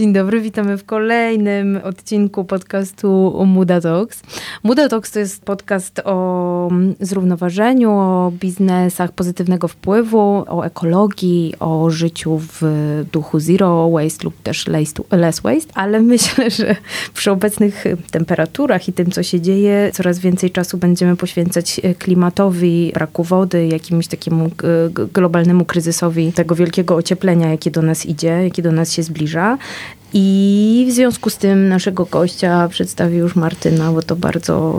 Dzień dobry, witamy w kolejnym odcinku podcastu Muda Talks. Muda Talks to jest podcast o zrównoważeniu, o biznesach pozytywnego wpływu, o ekologii, o życiu w duchu zero waste lub też less waste, ale myślę, że przy obecnych temperaturach i tym, co się dzieje, coraz więcej czasu będziemy poświęcać klimatowi, braku wody, jakimś takiemu globalnemu kryzysowi tego wielkiego ocieplenia, jakie do nas idzie, jakie do nas się zbliża. I w związku z tym naszego gościa przedstawi już Martyna, bo to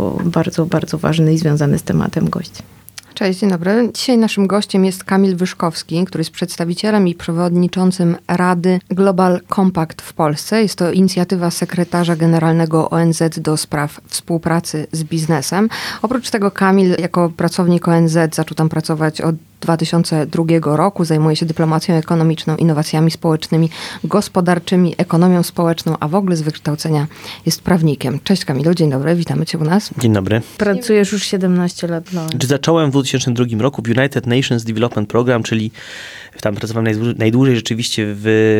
bardzo ważny i związany z tematem gość. Cześć, dzień dobry. Dzisiaj naszym gościem jest Kamil Wyszkowski, który jest przedstawicielem i przewodniczącym Rady Global Compact w Polsce. Jest to inicjatywa sekretarza generalnego ONZ do spraw współpracy z biznesem. Oprócz tego Kamil jako pracownik ONZ zaczął tam pracować od 2002 roku. Zajmuje się dyplomacją ekonomiczną, innowacjami społecznymi, gospodarczymi, ekonomią społeczną, a w ogóle z wykształcenia jest prawnikiem. Cześć Kamilu, dzień dobry, witamy Cię u nas. Dzień dobry. Pracujesz już 17 lat dla ONZ. Zacząłem w 2002 roku w United Nations Development Program, czyli tam pracowałem najdłużej rzeczywiście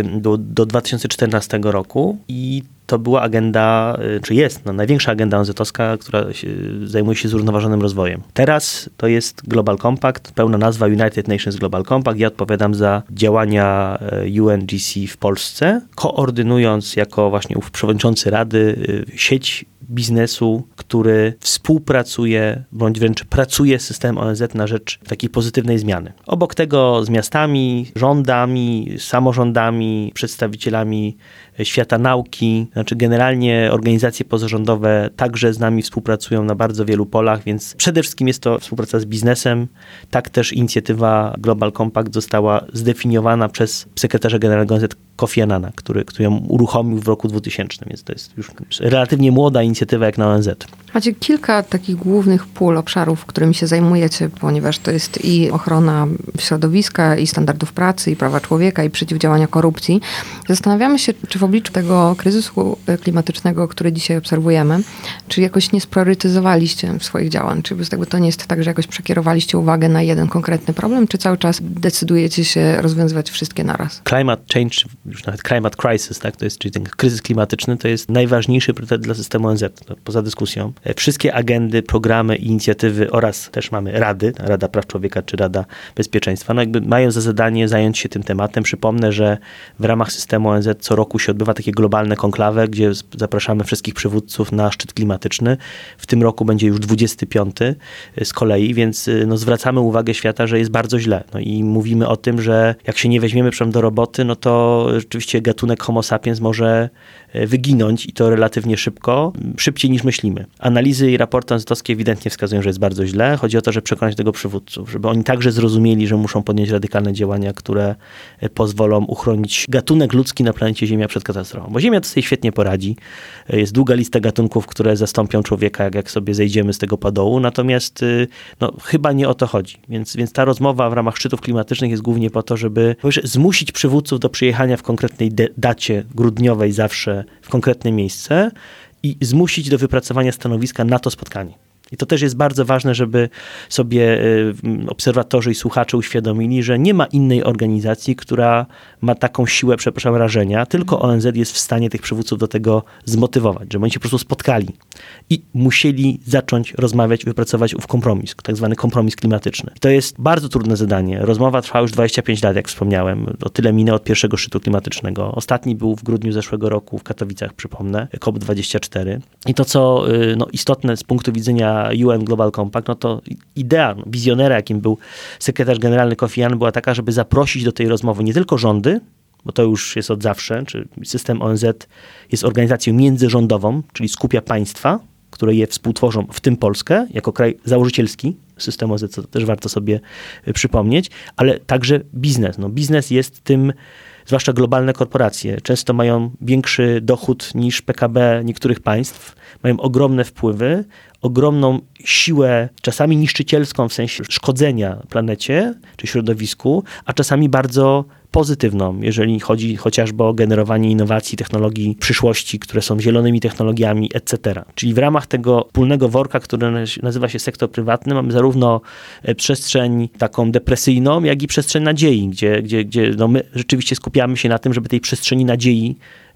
do 2014 roku i to była agenda, czy jest największa agenda ONZ-owska, która zajmuje się zrównoważonym rozwojem. Teraz to jest Global Compact, pełna nazwa United Nations Global Compact. Ja odpowiadam za działania UNGC w Polsce, koordynując jako właśnie przewodniczący Rady sieć biznesu, który współpracuje, bądź wręcz pracuje z systemem ONZ na rzecz takiej pozytywnej zmiany. Obok tego z miastami, rządami, samorządami, przedstawicielami świata nauki, znaczy generalnie organizacje pozarządowe także z nami współpracują na bardzo wielu polach, więc przede wszystkim jest to współpraca z biznesem. Tak też inicjatywa Global Compact została zdefiniowana przez sekretarza generalnego ONZ Kofi Annana, który ją uruchomił w roku 2000, więc to jest już relatywnie młoda inicjatywa jak na ONZ. Macie kilka takich głównych pól, obszarów, którymi się zajmujecie, ponieważ to jest i ochrona środowiska, i standardów pracy, i prawa człowieka, i przeciwdziałania korupcji. Zastanawiamy się, czy w obliczu tego kryzysu klimatycznego, który dzisiaj obserwujemy, czy jakoś nie spriorytetyzowaliście swoich działań? Czy to nie jest tak, że jakoś przekierowaliście uwagę na jeden konkretny problem, czy cały czas decydujecie się rozwiązywać wszystkie naraz? Climate change, już nawet climate crisis, tak, to jest, czyli ten kryzys klimatyczny, to jest najważniejszy priorytet dla systemu ONZ, poza dyskusją. Wszystkie agendy, programy, inicjatywy oraz też mamy rady, Rada Praw Człowieka czy Rada Bezpieczeństwa, mają za zadanie zająć się tym tematem. Przypomnę, że w ramach systemu ONZ co roku się odbywa takie globalne konklawe, gdzie zapraszamy wszystkich przywódców na szczyt klimatyczny. W tym roku będzie już 25 z kolei, więc zwracamy uwagę świata, że jest bardzo źle. I mówimy o tym, że jak się nie weźmiemy do roboty, to rzeczywiście gatunek Homo sapiens może wyginąć i to relatywnie szybko, szybciej niż myślimy. Analizy i raporty ONZ-owskie ewidentnie wskazują, że jest bardzo źle. Chodzi o to, żeby przekonać tego przywódców, żeby oni także zrozumieli, że muszą podjąć radykalne działania, które pozwolą uchronić gatunek ludzki na planecie Ziemia przed katastrofą. Bo Ziemia to sobie świetnie poradzi. Jest długa lista gatunków, które zastąpią człowieka, jak sobie zejdziemy z tego padołu. Natomiast chyba nie o to chodzi. Więc ta rozmowa w ramach szczytów klimatycznych jest głównie po to, żeby zmusić przywódców do przyjechania w konkretnej dacie grudniowej zawsze w konkretne miejsce i zmusić do wypracowania stanowiska na to spotkanie. I to też jest bardzo ważne, żeby sobie obserwatorzy i słuchacze uświadomili, że nie ma innej organizacji, która ma taką siłę, rażenia, tylko ONZ jest w stanie tych przywódców do tego zmotywować, żeby oni się po prostu spotkali i musieli zacząć rozmawiać, wypracować ów kompromis, tak zwany kompromis klimatyczny. I to jest bardzo trudne zadanie. Rozmowa trwa już 25 lat, jak wspomniałem. O tyle minęło od pierwszego szczytu klimatycznego. Ostatni był w grudniu zeszłego roku w Katowicach, przypomnę, COP24. I to, co istotne z punktu widzenia UN Global Compact, to idea wizjonera, jakim był sekretarz generalny Kofi Annan, była taka, żeby zaprosić do tej rozmowy nie tylko rządy, bo to już jest od zawsze, czy system ONZ jest organizacją międzyrządową, czyli skupia państwa, które je współtworzą, w tym Polskę, jako kraj założycielski systemu ONZ, co też warto sobie przypomnieć, ale także biznes. Biznes jest tym, zwłaszcza globalne korporacje, często mają większy dochód niż PKB niektórych państw, mają ogromne wpływy, ogromną siłę, czasami niszczycielską w sensie szkodzenia planecie czy środowisku, a czasami bardzo pozytywną, jeżeli chodzi chociażby o generowanie innowacji, technologii przyszłości, które są zielonymi technologiami, etc. Czyli w ramach tego wspólnego worka, który nazywa się sektor prywatny, mamy zarówno przestrzeń taką depresyjną, jak i przestrzeń nadziei, gdzie my rzeczywiście skupiamy się na tym, żeby tej przestrzeni nadziei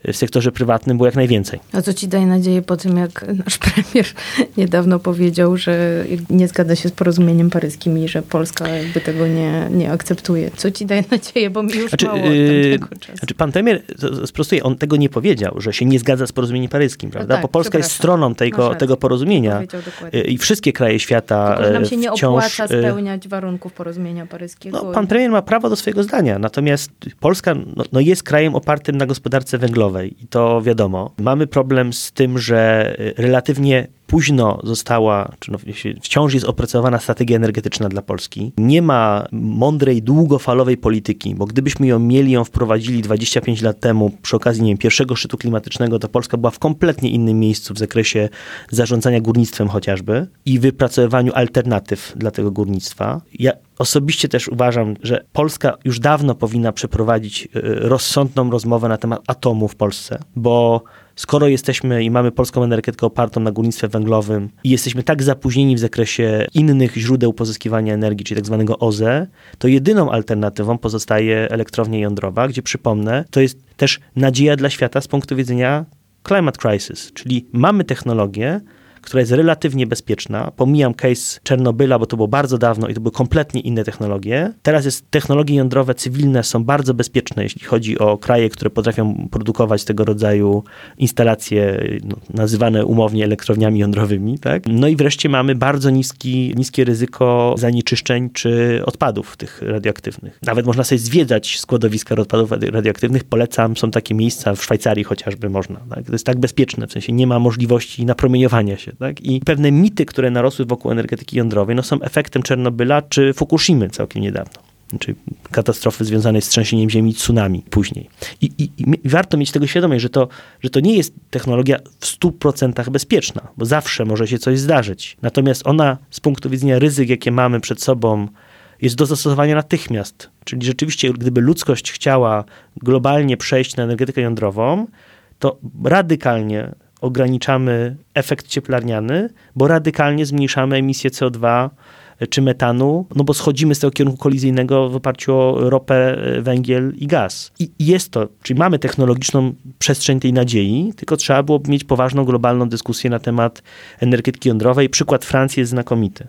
w sektorze prywatnym było jak najwięcej. A co ci daje nadzieję po tym, jak nasz premier niedawno powiedział, że nie zgadza się z porozumieniem paryskim i że Polska jakby tego nie akceptuje? Co ci daje nadzieję, bo mi już mało od tamtego czasu. Pan premier, sprostuję, on tego nie powiedział, że się nie zgadza z porozumieniem paryskim, prawda? Tak, bo Polska jest stroną tego porozumienia i wszystkie kraje świata tylko, że nam się nie wciąż opłaca spełniać warunków porozumienia paryskiego. Pan premier ma prawo do swojego zdania, natomiast Polska jest krajem opartym na gospodarce węglowej i to wiadomo. Mamy problem z tym, że relatywnie późno została, wciąż jest opracowana strategia energetyczna dla Polski. Nie ma mądrej, długofalowej polityki, bo gdybyśmy ją wprowadzili 25 lat temu przy okazji, pierwszego szczytu klimatycznego, to Polska była w kompletnie innym miejscu w zakresie zarządzania górnictwem chociażby i wypracowywaniu alternatyw dla tego górnictwa. Ja osobiście też uważam, że Polska już dawno powinna przeprowadzić rozsądną rozmowę na temat atomu w Polsce, bo skoro jesteśmy i mamy polską energetykę opartą na górnictwie węglowym i jesteśmy tak zapóźnieni w zakresie innych źródeł pozyskiwania energii, czyli tak zwanego OZE, to jedyną alternatywą pozostaje elektrownia jądrowa, gdzie przypomnę, to jest też nadzieja dla świata z punktu widzenia climate crisis, czyli mamy technologię, która jest relatywnie bezpieczna. Pomijam case Czernobyla, bo to było bardzo dawno i to były kompletnie inne technologie. Teraz technologie jądrowe cywilne są bardzo bezpieczne, jeśli chodzi o kraje, które potrafią produkować tego rodzaju instalacje, nazywane umownie elektrowniami jądrowymi. Tak? No i wreszcie mamy bardzo niskie ryzyko zanieczyszczeń czy odpadów tych radioaktywnych. Nawet można sobie zwiedzać składowiska odpadów radioaktywnych. Polecam, są takie miejsca, w Szwajcarii chociażby można. Tak? To jest tak bezpieczne, w sensie nie ma możliwości napromieniowania się. Tak? I pewne mity, które narosły wokół energetyki jądrowej, są efektem Czernobyla czy Fukushimy całkiem niedawno. Czyli katastrofy związanej z trzęsieniem ziemi, tsunami później. I warto mieć tego świadomość, że to nie jest technologia w 100% bezpieczna, bo zawsze może się coś zdarzyć. Natomiast ona z punktu widzenia ryzyk, jakie mamy przed sobą, jest do zastosowania natychmiast. Czyli rzeczywiście, gdyby ludzkość chciała globalnie przejść na energetykę jądrową, to radykalnie ograniczamy efekt cieplarniany, bo radykalnie zmniejszamy emisję CO2 czy metanu, bo schodzimy z tego kierunku kolizyjnego w oparciu o ropę, węgiel i gaz. I jest to, czyli mamy technologiczną przestrzeń tej nadziei, tylko trzeba było mieć poważną globalną dyskusję na temat energetyki jądrowej. Przykład Francji jest znakomity.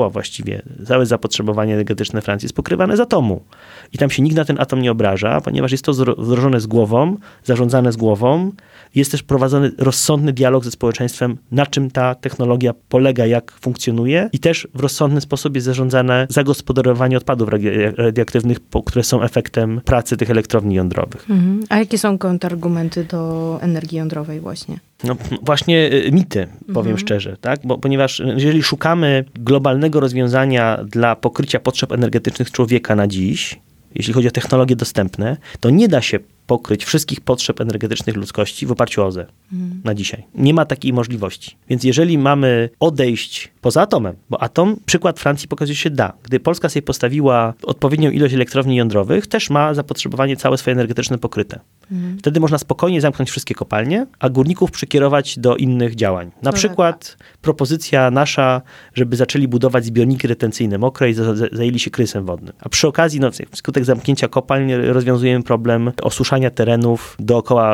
Całe zapotrzebowanie energetyczne Francji jest pokrywane z atomu. I tam się nikt na ten atom nie obraża, ponieważ jest to wdrożone z głową, zarządzane z głową. Jest też prowadzony rozsądny dialog ze społeczeństwem, na czym ta technologia polega, jak funkcjonuje i też w rozsądny sposób jest zarządzane zagospodarowanie odpadów radioaktywnych, które są efektem pracy tych elektrowni jądrowych. A jakie są kontrargumenty do energii jądrowej właśnie? Właśnie mity, powiem szczerze, tak? Ponieważ jeżeli szukamy globalnego rozwiązania dla pokrycia potrzeb energetycznych człowieka na dziś, jeśli chodzi o technologie dostępne, to nie da się pokryć wszystkich potrzeb energetycznych ludzkości w oparciu o OZE na dzisiaj. Nie ma takiej możliwości. Więc jeżeli mamy odejść poza atomem, bo atom, przykład Francji pokazuje, że się da. Gdy Polska sobie postawiła odpowiednią ilość elektrowni jądrowych, też ma zapotrzebowanie całe swoje energetyczne pokryte. Wtedy można spokojnie zamknąć wszystkie kopalnie, a górników przekierować do innych działań. Na przykład propozycja nasza, żeby zaczęli budować zbiorniki retencyjne mokre i zajęli się kryzysem wodnym. A przy okazji, wskutek zamknięcia kopalń rozwiązujemy problem osuszania terenów dookoła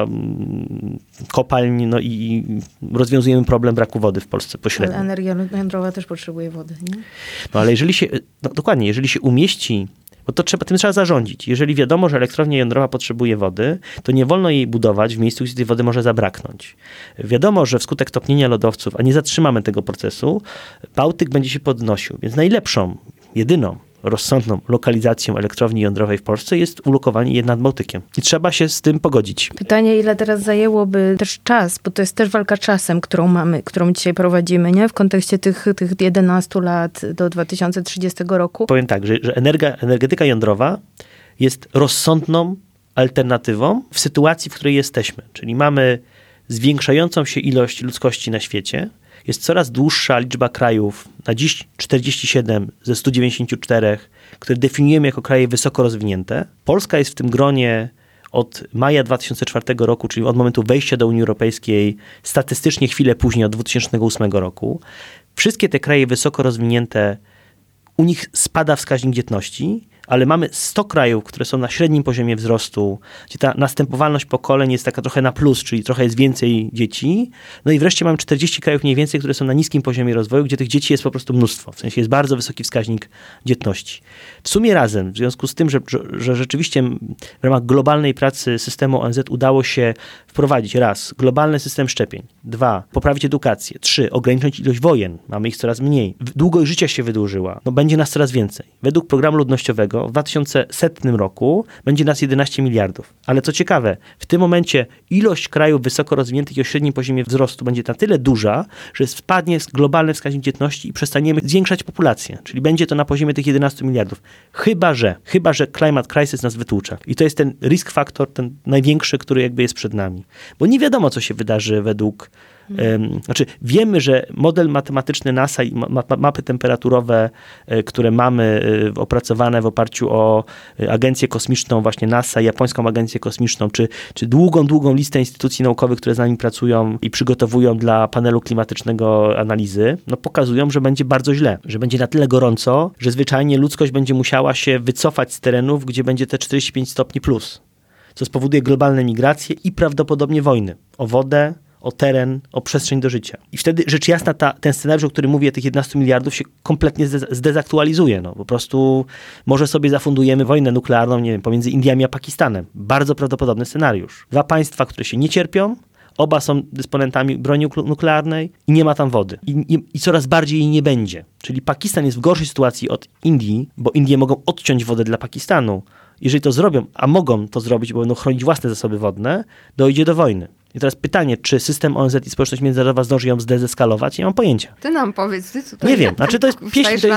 kopalń, i rozwiązujemy problem braku wody w Polsce pośrednio. Ale energia jądrowa też potrzebuje wody, nie? Ale jeżeli się umieści, bo tym trzeba zarządzić. Jeżeli wiadomo, że elektrownia jądrowa potrzebuje wody, to nie wolno jej budować w miejscu, gdzie tej wody może zabraknąć. Wiadomo, że wskutek topnienia lodowców, a nie zatrzymamy tego procesu, Bałtyk będzie się podnosił. Więc najlepszą, jedyną rozsądną lokalizacją elektrowni jądrowej w Polsce jest ulokowanie jej nad Bałtykiem. I trzeba się z tym pogodzić. Pytanie, ile teraz zajęłoby też czas, bo to jest też walka czasem, którą dzisiaj prowadzimy, nie? W kontekście tych 11 lat do 2030 roku. Powiem tak, że energetyka jądrowa jest rozsądną alternatywą w sytuacji, w której jesteśmy. Czyli mamy zwiększającą się ilość ludzkości na świecie, jest coraz dłuższa liczba krajów, na dziś 47 ze 194, które definiujemy jako kraje wysoko rozwinięte. Polska jest w tym gronie od maja 2004 roku, czyli od momentu wejścia do Unii Europejskiej, statystycznie chwilę później, od 2008 roku. Wszystkie te kraje wysoko rozwinięte, u nich spada wskaźnik dzietności, ale mamy 100 krajów, które są na średnim poziomie wzrostu, gdzie ta następowalność pokoleń jest taka trochę na plus, czyli trochę jest więcej dzieci. No i wreszcie mamy 40 krajów mniej więcej, które są na niskim poziomie rozwoju, gdzie tych dzieci jest po prostu mnóstwo. W sensie jest bardzo wysoki wskaźnik dzietności. W sumie razem, w związku z tym, że rzeczywiście w ramach globalnej pracy systemu ONZ udało się wprowadzić raz, globalny system szczepień, 2, poprawić edukację, 3, ograniczyć ilość wojen, mamy ich coraz mniej, długość życia się wydłużyła, no będzie nas coraz więcej. Według programu ludnościowego w 2100 roku będzie nas 11 miliardów. Ale co ciekawe, w tym momencie ilość krajów wysoko rozwiniętych i o średnim poziomie wzrostu będzie na tyle duża, że spadnie globalny wskaźnik dzietności i przestaniemy zwiększać populację. Czyli będzie to na poziomie tych 11 miliardów. Chyba, że climate crisis nas wytłucza. I to jest ten risk factor, ten największy, który jakby jest przed nami. Bo nie wiadomo, co się wydarzy według... Znaczy wiemy, że model matematyczny NASA i mapy temperaturowe, które mamy opracowane w oparciu o agencję kosmiczną, właśnie NASA, japońską agencję kosmiczną, czy długą listę instytucji naukowych, które z nami pracują i przygotowują dla panelu klimatycznego analizy, no pokazują, że będzie bardzo źle, że będzie na tyle gorąco, że zwyczajnie ludzkość będzie musiała się wycofać z terenów, gdzie będzie te 45 stopni plus, co spowoduje globalne migracje i prawdopodobnie wojny o wodę, o teren, o przestrzeń do życia. I wtedy rzecz jasna ten scenariusz, o którym mówię, tych 11 miliardów się kompletnie zdezaktualizuje. No, po prostu może sobie zafundujemy wojnę nuklearną, nie wiem, pomiędzy Indiami a Pakistanem. Bardzo prawdopodobny scenariusz. 2 państwa, które się nie cierpią, oba są dysponentami broni nuklearnej i nie ma tam wody. I coraz bardziej jej nie będzie. Czyli Pakistan jest w gorszej sytuacji od Indii, bo Indie mogą odciąć wodę dla Pakistanu. Jeżeli to zrobią, a mogą to zrobić, bo będą chronić własne zasoby wodne, dojdzie do wojny. I teraz pytanie, czy system ONZ i społeczność międzynarodowa zdąży ją zdezeskalować? Nie mam pojęcia. Ty nam powiedz, ty tutaj... Nie wiem, znaczy to jest pieśń,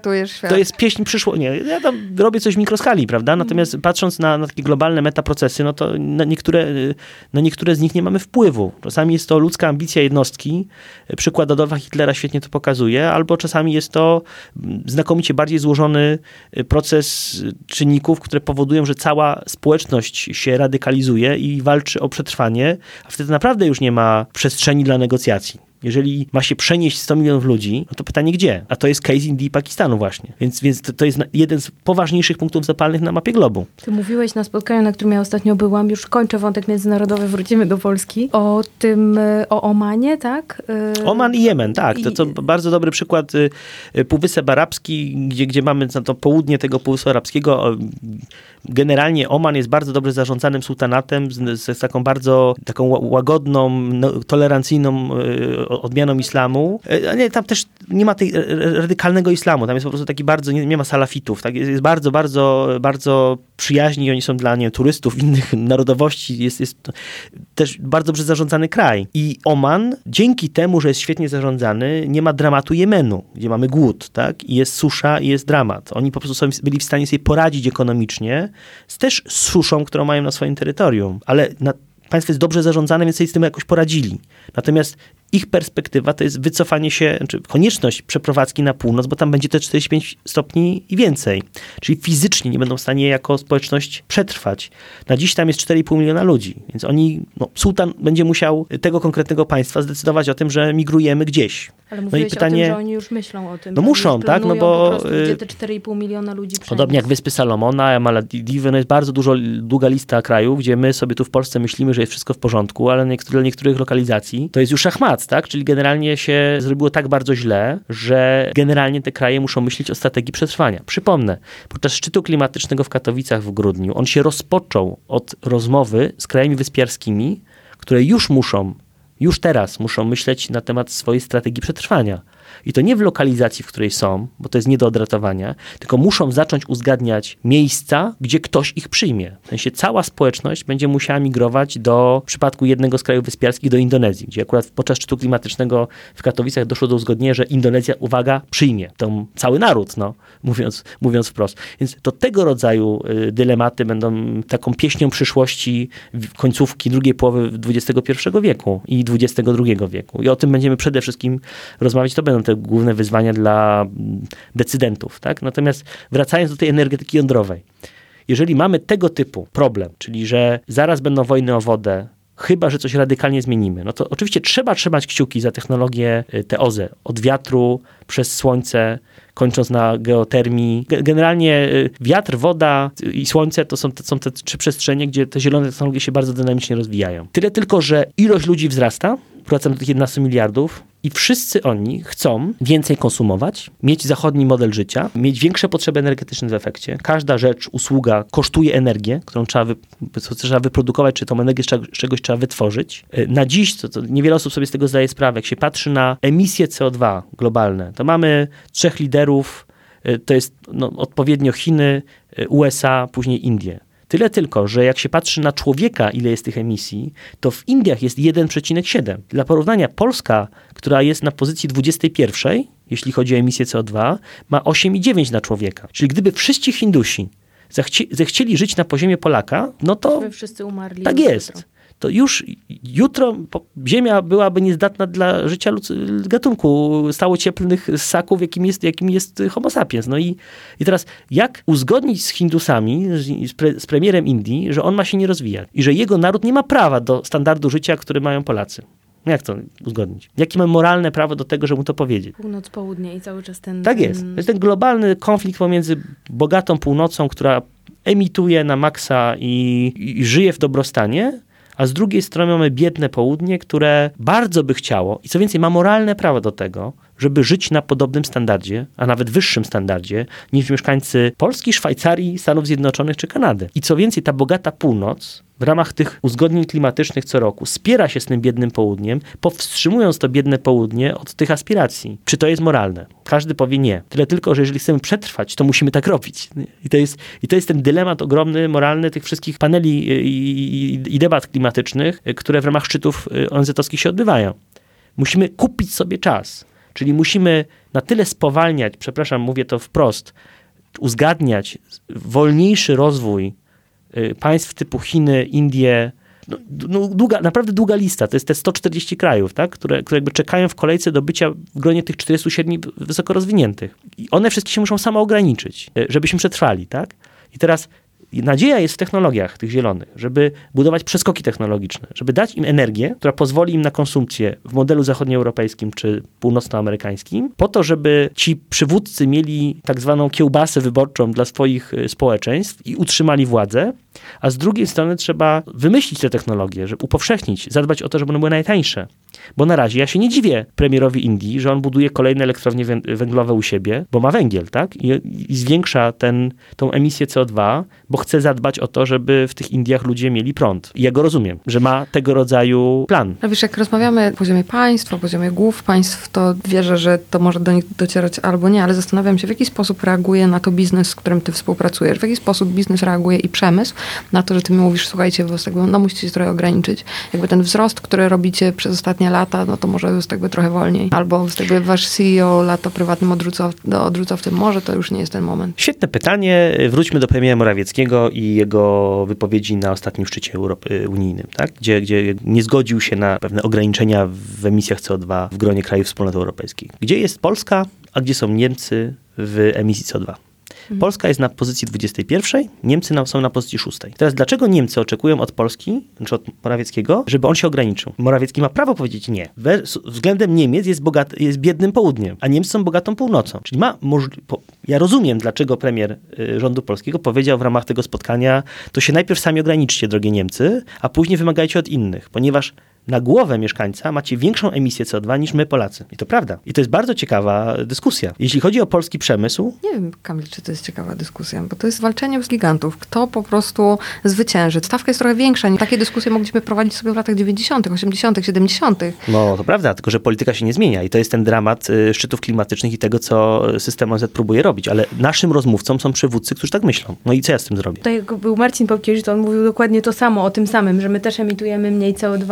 to jest pieśń przyszło. Nie, ja tam robię coś w mikroskali, prawda? Natomiast patrząc na takie globalne metaprocesy, no to na niektóre z nich nie mamy wpływu. Czasami jest to ludzka ambicja jednostki, przykład Adolfa Hitlera świetnie to pokazuje, albo czasami jest to znakomicie bardziej złożony proces czynników, które powodują, że cała społeczność się radykalizuje i walczy o przetrwanie, a wtedy naprawdę już nie ma przestrzeni dla negocjacji. Jeżeli ma się przenieść 100 milionów ludzi, no to pytanie gdzie? A to jest case Indii i Pakistanu właśnie. Więc to jest jeden z poważniejszych punktów zapalnych na mapie globu. Ty mówiłeś na spotkaniu, na którym ja ostatnio byłam, już kończę wątek międzynarodowy, wrócimy do Polski, o Omanie, tak? Oman i Jemen, tak. To bardzo dobry przykład. Półwysep Arabski, gdzie mamy na to południe tego Półwyspu Arabskiego. Generalnie Oman jest bardzo dobrze zarządzanym sułtanatem z taką łagodną, tolerancyjną odmianą islamu. Nie, tam też nie ma tej radykalnego islamu. Tam jest po prostu taki bardzo, nie ma salafitów. Tak? Jest bardzo, bardzo, bardzo przyjaźni. Oni są dla turystów innych narodowości. Jest też bardzo dobrze zarządzany kraj. I Oman, dzięki temu, że jest świetnie zarządzany, nie ma dramatu Jemenu, gdzie mamy głód, tak? I jest susza, i jest dramat. Oni po prostu byli w stanie sobie poradzić ekonomicznie też z suszą, którą mają na swoim terytorium. Ale państwo jest dobrze zarządzane, więc sobie z tym jakoś poradzili. Natomiast ich perspektywa to jest wycofanie się, czy konieczność przeprowadzki na północ, bo tam będzie te 45 stopni i więcej. Czyli fizycznie nie będą w stanie jako społeczność przetrwać. Na dziś tam jest 4,5 miliona ludzi, więc sułtan będzie musiał tego konkretnego państwa zdecydować o tym, że migrujemy gdzieś. Ale mówiłeś o tym, że oni już myślą o tym. No muszą, tak? No bo gdzie te 4,5 miliona ludzi przenieść. Podobnie jak Wyspy Salomona, Malediwy, jest bardzo długa lista krajów, gdzie my sobie tu w Polsce myślimy, że jest wszystko w porządku, ale dla niektórych lokalizacji to jest już szachmat, tak? Czyli generalnie się zrobiło tak bardzo źle, że generalnie te kraje muszą myśleć o strategii przetrwania. Przypomnę, podczas szczytu klimatycznego w Katowicach w grudniu, on się rozpoczął od rozmowy z krajami wyspiarskimi, które już teraz muszą myśleć na temat swojej strategii przetrwania. I to nie w lokalizacji, w której są, bo to jest nie do odratowania, tylko muszą zacząć uzgadniać miejsca, gdzie ktoś ich przyjmie. W sensie cała społeczność będzie musiała migrować w przypadku jednego z krajów wyspiarskich, do Indonezji, gdzie akurat podczas szczytu klimatycznego w Katowicach doszło do uzgodnienia, że Indonezja, uwaga, przyjmie cały naród, mówiąc wprost. Więc to tego rodzaju dylematy będą taką pieśnią przyszłości końcówki drugiej połowy XXI wieku i XXI wieku. I o tym będziemy przede wszystkim rozmawiać. To będą te główne wyzwania dla decydentów. Tak? Natomiast wracając do tej energetyki jądrowej. Jeżeli mamy tego typu problem, czyli że zaraz będą wojny o wodę, chyba że coś radykalnie zmienimy. No to oczywiście trzeba trzymać kciuki za technologię te OZE, od wiatru przez słońce, kończąc na geotermii. Generalnie wiatr, woda i słońce to są te 3 przestrzenie, gdzie te zielone technologie się bardzo dynamicznie rozwijają. Tyle tylko, że ilość ludzi wzrasta, wracam do tych 11 miliardów i wszyscy oni chcą więcej konsumować, mieć zachodni model życia, mieć większe potrzeby energetyczne w efekcie. Każda rzecz, usługa kosztuje energię, którą trzeba wyprodukować, czy tą energię z czegoś trzeba wytworzyć. Na dziś, to niewiele osób sobie z tego zdaje sprawę, jak się patrzy na emisje CO2 globalne, to mamy 3 liderów, to jest odpowiednio Chiny, USA, później Indie. Tyle tylko, że jak się patrzy na człowieka, ile jest tych emisji, to w Indiach jest 1,7. Dla porównania Polska, która jest na pozycji 21, jeśli chodzi o emisję CO2, ma 8,9 na człowieka. Czyli gdyby wszyscy Hindusi zechcieli żyć na poziomie Polaka, no to wszyscy umarli. Tak jest. Jutro. To już jutro Ziemia byłaby niezdatna dla życia gatunku stałocieplnych ssaków, jakim jest Homo sapiens. No i teraz jak uzgodnić z Hindusami, z premierem Indii, że on ma się nie rozwijać i że jego naród nie ma prawa do standardu życia, który mają Polacy? No jak to uzgodnić? Jakie mamy moralne prawo do tego, żeby mu to powiedzieć? Północ, południe i cały czas ten... Tak jest. To jest ten globalny konflikt pomiędzy bogatą północą, która emituje na maksa i żyje w dobrostanie, a z drugiej strony mamy biedne południe, które bardzo by chciało i co więcej ma moralne prawo do tego, żeby żyć na podobnym standardzie, a nawet wyższym standardzie niż mieszkańcy Polski, Szwajcarii, Stanów Zjednoczonych czy Kanady. I co więcej, ta bogata północ w ramach tych uzgodnień klimatycznych co roku spiera się z tym biednym południem, powstrzymując to biedne południe od tych aspiracji. Czy to jest moralne? Każdy powie nie. Tyle tylko, że jeżeli chcemy przetrwać, to musimy tak robić. I to jest ten dylemat ogromny, moralny tych wszystkich paneli i debat klimatycznych, które w ramach szczytów ONZ-owskich się odbywają. Musimy kupić sobie czas. Czyli musimy na tyle spowalniać, przepraszam, mówię to wprost, uzgadniać wolniejszy rozwój państw typu Chiny, Indie, naprawdę długa lista, to jest te 140 krajów, tak? które jakby czekają w kolejce do bycia w gronie tych 47 wysoko rozwiniętych. I one wszystkie się muszą samoograniczyć, żebyśmy przetrwali, tak? I teraz nadzieja jest w technologiach tych zielonych, żeby budować przeskoki technologiczne, żeby dać im energię, która pozwoli im na konsumpcję w modelu zachodnioeuropejskim czy północnoamerykańskim, po to, żeby ci przywódcy mieli tak zwaną kiełbasę wyborczą dla swoich społeczeństw i utrzymali władzę, a z drugiej strony trzeba wymyślić te technologie, żeby upowszechnić, zadbać o to, żeby one były najtańsze. Bo na razie ja się nie dziwię premierowi Indii, że on buduje kolejne elektrownie węglowe u siebie, bo ma węgiel, tak? I zwiększa tą emisję CO2, bo chce zadbać o to, żeby w tych Indiach ludzie mieli prąd. I ja go rozumiem, że ma tego rodzaju plan. No wiesz, jak rozmawiamy o poziomie państw, o poziomie głów państw, to wierzę, że to może do nich docierać albo nie, ale zastanawiam się, w jaki sposób reaguje na to biznes, z którym ty współpracujesz, w jaki sposób biznes reaguje i przemysł na to, że ty mi mówisz, słuchajcie, musicie się trochę ograniczyć. Jakby ten wzrost, który robicie przez ostatnie lata, no to może jest jakby trochę wolniej. Albo wasz CEO lata prywatnym odrzucowcem, może to już nie jest ten moment. Świetne pytanie. Wróćmy do premiera Morawieckiego i jego wypowiedzi na ostatnim szczycie unijnym, tak? Gdzie nie zgodził się na pewne ograniczenia w emisjach CO2 w gronie krajów Wspólnoty Europejskiej. Gdzie jest Polska, a gdzie są Niemcy w emisji CO2? Polska jest na pozycji 21, Niemcy są na pozycji 6. Teraz dlaczego Niemcy oczekują od Polski, czy od Morawieckiego, żeby on się ograniczył? Morawiecki ma prawo powiedzieć nie. Względem Niemiec jest biednym południem, a Niemcy są bogatą północą. Czyli ja rozumiem, dlaczego premier rządu polskiego powiedział w ramach tego spotkania, to się najpierw sami ograniczcie, drogie Niemcy, a później wymagajcie od innych, ponieważ na głowę mieszkańca macie większą emisję CO2 niż my, Polacy. I to prawda. I to jest bardzo ciekawa dyskusja. Jeśli chodzi o polski przemysł... Nie wiem, Kamil, czy to jest ciekawa dyskusja, bo to jest walczenie z gigantów. Kto po prostu zwycięży? Stawka jest trochę większa. Takie dyskusje mogliśmy prowadzić sobie w latach 90., 80., 70. No, to prawda, tylko że polityka się nie zmienia i to jest ten dramat szczytów klimatycznych i tego, co system ONZ próbuje robić. Ale naszym rozmówcom są przywódcy, którzy tak myślą. No i co ja z tym zrobię? To jak był Marcin Popkiewicz, to on mówił dokładnie to samo, o tym samym, że my też emitujemy mniej CO2 niż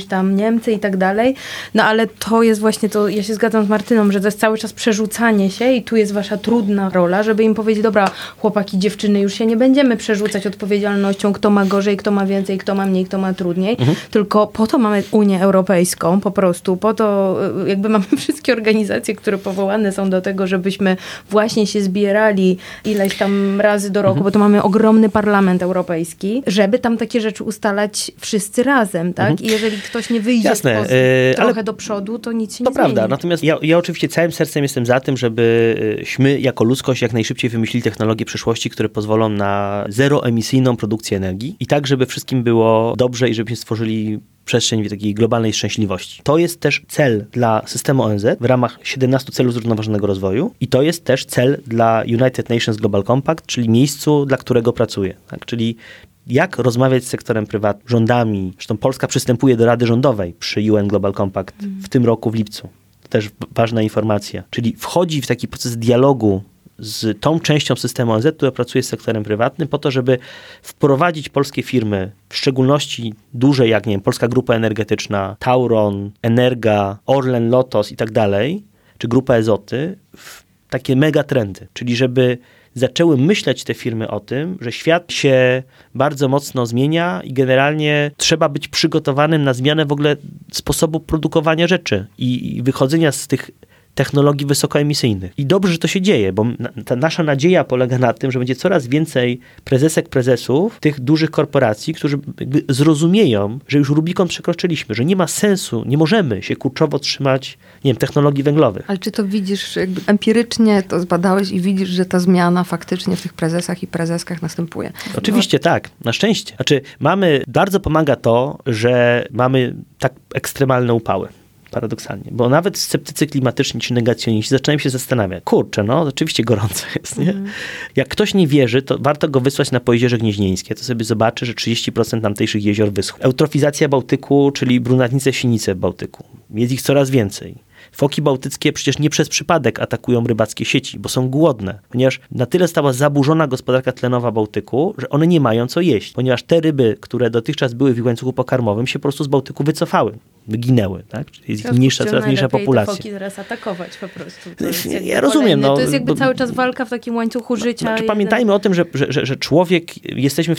tam Niemcy i tak dalej. No ale to jest właśnie to, ja się zgadzam z Martyną, że to jest cały czas przerzucanie się i tu jest wasza trudna rola, żeby im powiedzieć, dobra, chłopaki, dziewczyny, już się nie będziemy przerzucać odpowiedzialnością, kto ma gorzej, kto ma więcej, kto ma mniej, kto ma trudniej, tylko po to mamy Unię Europejską, po prostu, po to jakby mamy wszystkie organizacje, które powołane są do tego, żebyśmy właśnie się zbierali ileś tam razy do roku, bo to mamy ogromny Parlament Europejski, żeby tam takie rzeczy ustalać wszyscy razem, tak? I jeżeli ktoś nie wyjdzie trochę do przodu, to nic się nie zmieni. To prawda, natomiast ja oczywiście całym sercem jestem za tym, żebyśmy jako ludzkość jak najszybciej wymyślili technologie przyszłości, które pozwolą na zeroemisyjną produkcję energii i tak, żeby wszystkim było dobrze i żebyśmy stworzyli przestrzeń takiej globalnej szczęśliwości. To jest też cel dla systemu ONZ w ramach 17 celów zrównoważonego rozwoju i to jest też cel dla United Nations Global Compact, czyli miejscu, dla którego pracuję. Tak? Czyli jak rozmawiać z sektorem prywatnym, rządami. Zresztą Polska przystępuje do Rady Rządowej przy UN Global Compact w tym roku w lipcu. To też ważna informacja. Czyli wchodzi w taki proces dialogu z tą częścią systemu ONZ, która pracuje z sektorem prywatnym, po to, żeby wprowadzić polskie firmy, w szczególności duże jak, nie wiem, Polska Grupa Energetyczna, Tauron, Energa, Orlen, Lotos i tak dalej, czy Grupa Ezoty, w takie megatrendy. Czyli żeby zaczęły myśleć te firmy o tym, że świat się bardzo mocno zmienia i generalnie trzeba być przygotowanym na zmianę w ogóle sposobu produkowania rzeczy i wychodzenia z tych technologii wysokoemisyjnych. I dobrze, że to się dzieje, bo ta nasza nadzieja polega na tym, że będzie coraz więcej prezesów tych dużych korporacji, którzy jakby zrozumieją, że już Rubikon przekroczyliśmy, że nie ma sensu, nie możemy się kurczowo trzymać, nie wiem, technologii węglowych. Ale czy to widzisz, jakby empirycznie to zbadałeś i widzisz, że ta zmiana faktycznie w tych prezesach i prezeskach następuje? Oczywiście tak, na szczęście. Znaczy bardzo pomaga to, że mamy tak ekstremalne upały. Paradoksalnie, bo nawet sceptycy klimatyczni czy negacjoniści zaczynają się zastanawiać. Kurczę, no oczywiście gorąco jest, nie? Jak ktoś nie wierzy, to warto go wysłać na Pojezierze Gnieźnieńskie, to sobie zobaczy, że 30% tamtejszych jezior wyschło. Eutrofizacja Bałtyku, czyli brunatnice, sinice w Bałtyku. Jest ich coraz więcej. Foki bałtyckie przecież nie przez przypadek atakują rybackie sieci, bo są głodne, ponieważ na tyle została zaburzona gospodarka tlenowa Bałtyku, że one nie mają co jeść, ponieważ te ryby, które dotychczas były w łańcuchu pokarmowym, się po prostu z Bałtyku wycofały, wyginęły, tak? Jest coraz mniejsza populacja. Te foki teraz atakować po prostu. Ja rozumiem. To jest jakby cały czas walka w takim łańcuchu życia. Znaczy, pamiętajmy o tym, że człowiek, jesteśmy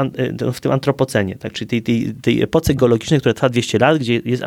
w tym antropocenie, tak? Czyli tej epoce geologicznej, która trwa 200 lat, gdzie jest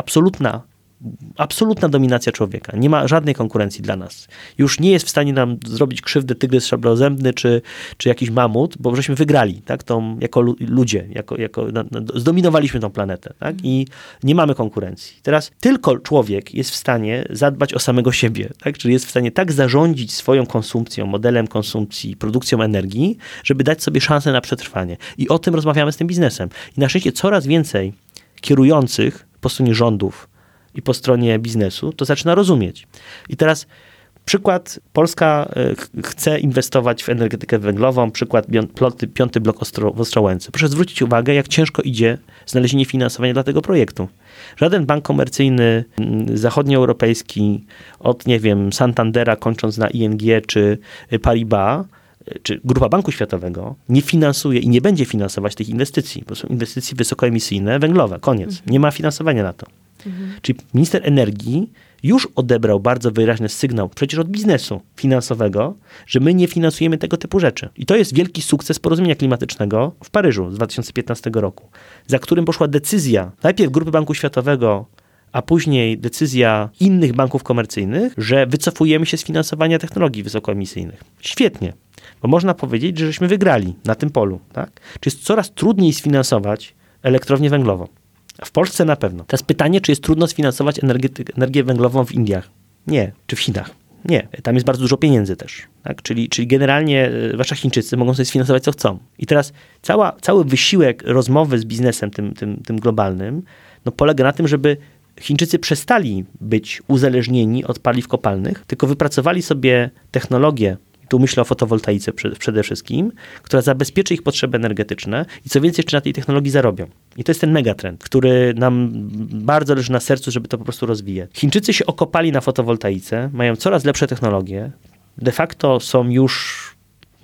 absolutna dominacja człowieka. Nie ma żadnej konkurencji dla nas. Już nie jest w stanie nam zrobić krzywdy tygrys szablozębny czy jakiś mamut, bo żeśmy wygrali, tak? Jako ludzie, zdominowaliśmy tą planetę, tak? I nie mamy konkurencji. Teraz tylko człowiek jest w stanie zadbać o samego siebie, tak? Czyli jest w stanie tak zarządzić swoją konsumpcją, modelem konsumpcji, produkcją energii, żeby dać sobie szansę na przetrwanie. I o tym rozmawiamy z tym biznesem. I na szczęście coraz więcej kierujących po stronie rządów i po stronie biznesu, to zaczyna rozumieć. I teraz przykład, Polska chce inwestować w energetykę węglową, przykład 5. blok w Ostrołęce. Proszę zwrócić uwagę, jak ciężko idzie znalezienie finansowania dla tego projektu. Żaden bank komercyjny zachodnioeuropejski, od, nie wiem, Santandera, kończąc na ING czy Paribas, czy Grupa Banku Światowego nie finansuje i nie będzie finansować tych inwestycji, bo są inwestycje wysokoemisyjne, węglowe. Koniec. Nie ma finansowania na to. Czyli minister energii już odebrał bardzo wyraźny sygnał, przecież od biznesu finansowego, że my nie finansujemy tego typu rzeczy. I to jest wielki sukces porozumienia klimatycznego w Paryżu z 2015 roku, za którym poszła decyzja najpierw Grupy Banku Światowego, a później decyzja innych banków komercyjnych, że wycofujemy się z finansowania technologii wysokoemisyjnych. Świetnie, bo można powiedzieć, że żeśmy wygrali na tym polu. Tak? Czy jest coraz trudniej sfinansować elektrownię węglową? W Polsce na pewno. Teraz pytanie, czy jest trudno sfinansować energię węglową w Indiach? Nie. Czy w Chinach? Nie. Tam jest bardzo dużo pieniędzy też. Tak? Czyli generalnie wasza Chińczycy mogą sobie sfinansować co chcą. I teraz cały wysiłek rozmowy z biznesem tym globalnym polega na tym, żeby Chińczycy przestali być uzależnieni od paliw kopalnych, tylko wypracowali sobie technologię, tu myślę o fotowoltaice przede wszystkim, która zabezpieczy ich potrzeby energetyczne i co więcej jeszcze na tej technologii zarobią. I to jest ten megatrend, który nam bardzo leży na sercu, żeby to po prostu rozwijać. Chińczycy się okopali na fotowoltaice, mają coraz lepsze technologie, de facto są już